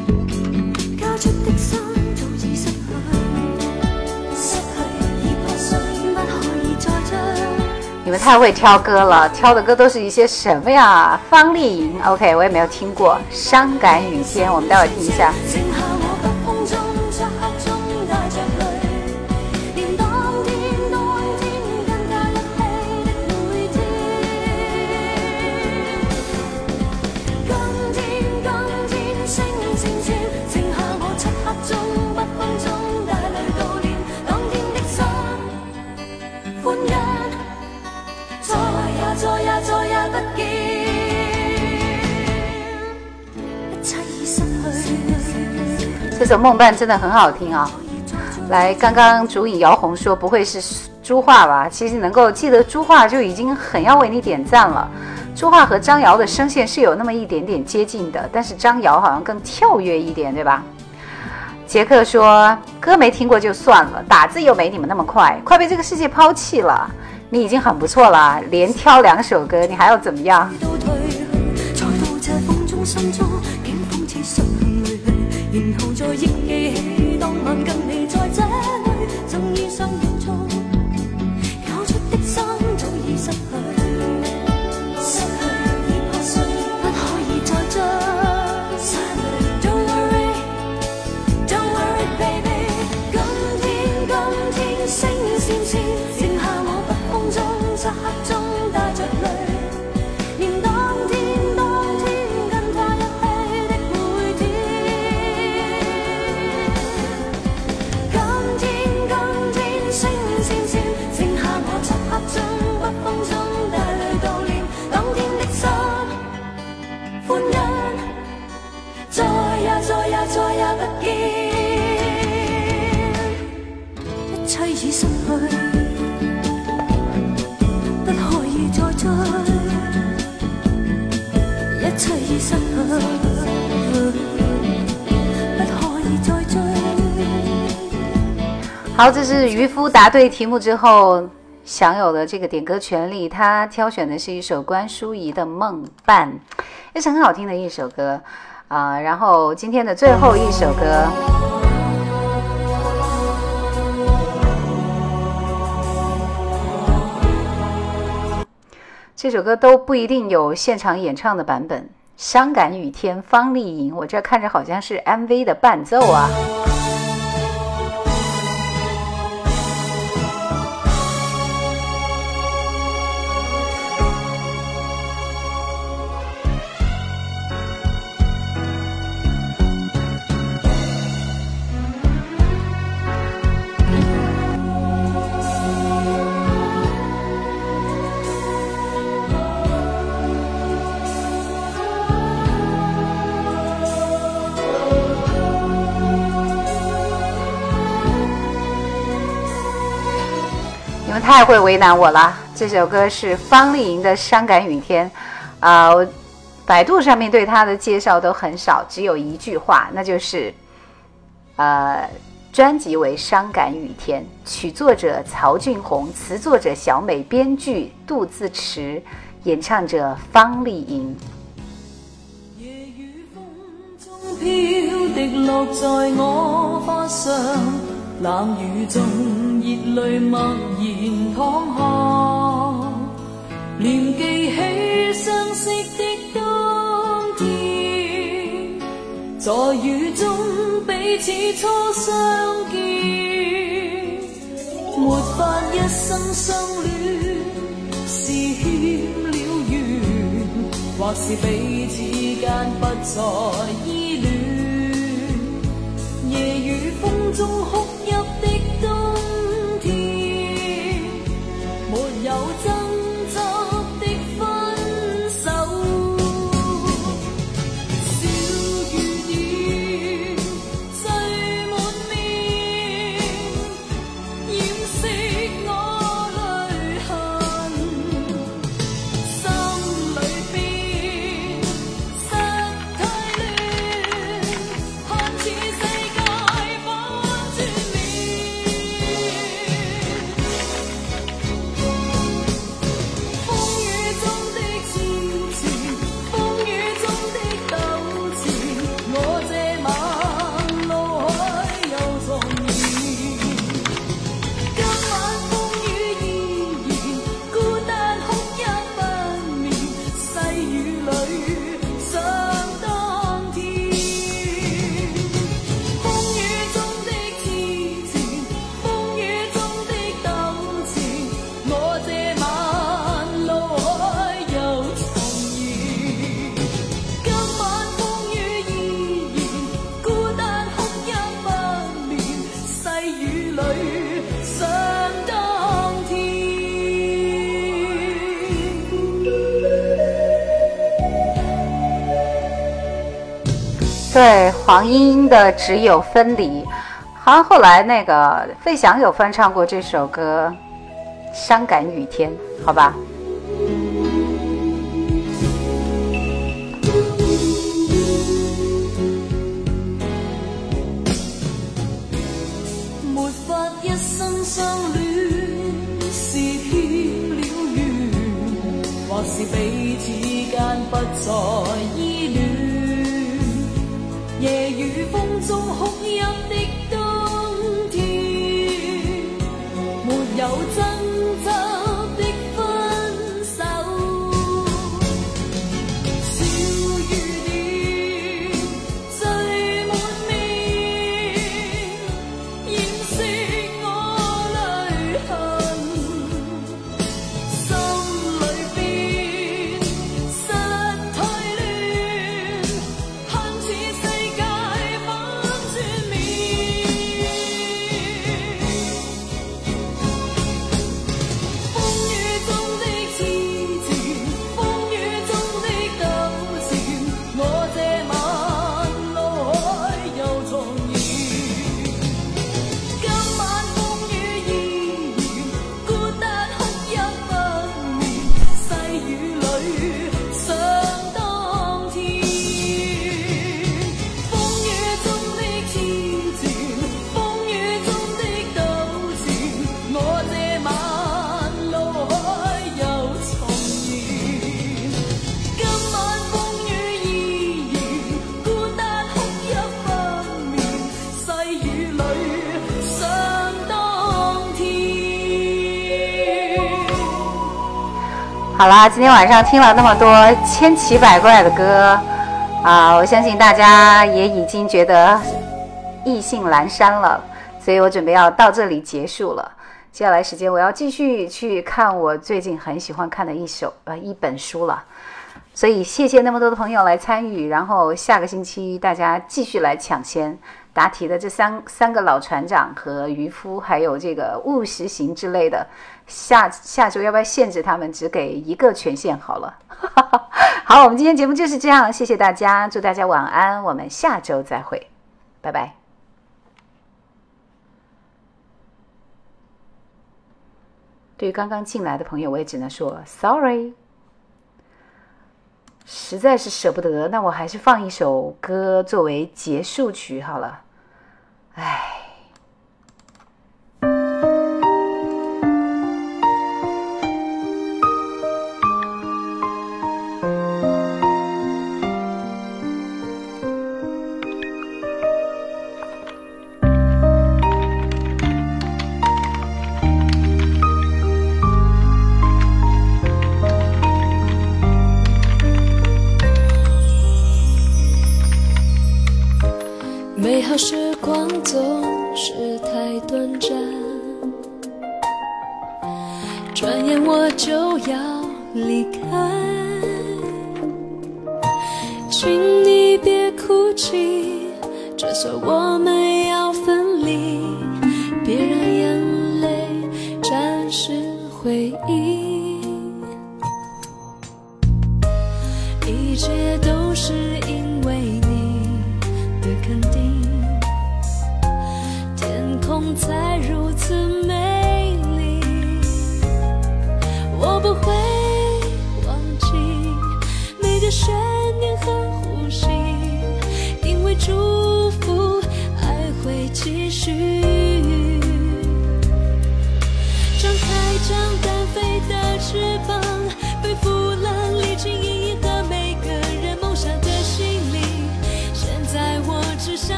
你们太会挑歌了，挑的歌都是一些什么呀？方丽莹 ，OK， 我也没有听过。伤感雨天，我们待会儿听一下。这首《梦伴》真的很好听啊！来，刚刚主影姚红说不会是朱桦吧？其实能够记得朱桦就已经很要为你点赞了。朱桦和张瑶的声线是有那么一点点接近的，但是张瑶好像更跳跃一点，对吧？杰克说歌没听过就算了，打字又没你们那么快，快被这个世界抛弃了。你已经很不錯啦，連挑2首歌，你還要怎麼樣？ 切已失去，不可以再追，一切已失去，不可以再追。 好，这是渔夫答对题目之后享有了这个点歌权利，他挑选的是一首关淑怡的《梦伴》，也是很好听的一首歌然后今天的最后一首歌，这首歌都不一定有现场演唱的版本，《伤感雨天》方丽莹，我这看着好像是 MV 的伴奏啊。太会为难我了，这首歌是方丽莹的《伤感雨天》我百度上面对她的介绍都很少，只有一句话，那就是专辑为《伤感雨天》，曲作者曹俊宏，词作者小美，编剧杜自持，演唱者方丽莹。 夜雨风中飘滴落在我花上，冷雨中熱淚默然淌下，念記起相識的當天，在雨中彼此初相見，沒法一生相戀，是欠了緣，或是彼此間不再依戀，夜雨風中哭泣的冬天，沒有爭執的分手，小雨點醉滿面，掩飾我淚痕，心裏邊失太亂，看似世界反轉面，風雨中的悄悄，風雨中的糾纏，我這晚路海又重現，今晚風雨依然，孤單哭泣不眠，細雨裏想當天，風雨中的痴纏，風雨中的糾纏，我這晚路海又重現，今晚風雨依然，孤單哭泣不眠，細雨裏想當天。 对，黄莺莺的《只有分离》，好像后来那个费翔有翻唱过这首歌《伤感雨天》，好吧。 沒法一生相戀，是欠了緣，或是彼此間不再依戀，夜雨風中哭泣的冬天，沒有爭執的分手，小雨點醉滿面，掩飾我淚痕，心裏邊失退亂，看似世界反轉面。 好啦，今天晚上听了那么多千奇百怪的歌啊，我相信大家也已经觉得意兴阑珊了，所以我准备要到这里结束了。接下来时间我要继续去看我最近很喜欢看的一本书了。所以谢谢那么多的朋友来参与，然后下个星期大家继续来抢先答题的这三个老船长和渔夫，还有这个务实型之类的，下周要不要限制他们只给一个权限好了？好，我们今天节目就是这样，谢谢大家，祝大家晚安，我们下周再会，拜拜。对于刚刚进来的朋友，我也只能说 sorry。实在是舍不得，那我还是放一首歌作为结束曲好了。唉。 美好时光总是太短暂，转眼我就要离开，请你别哭泣，这算我们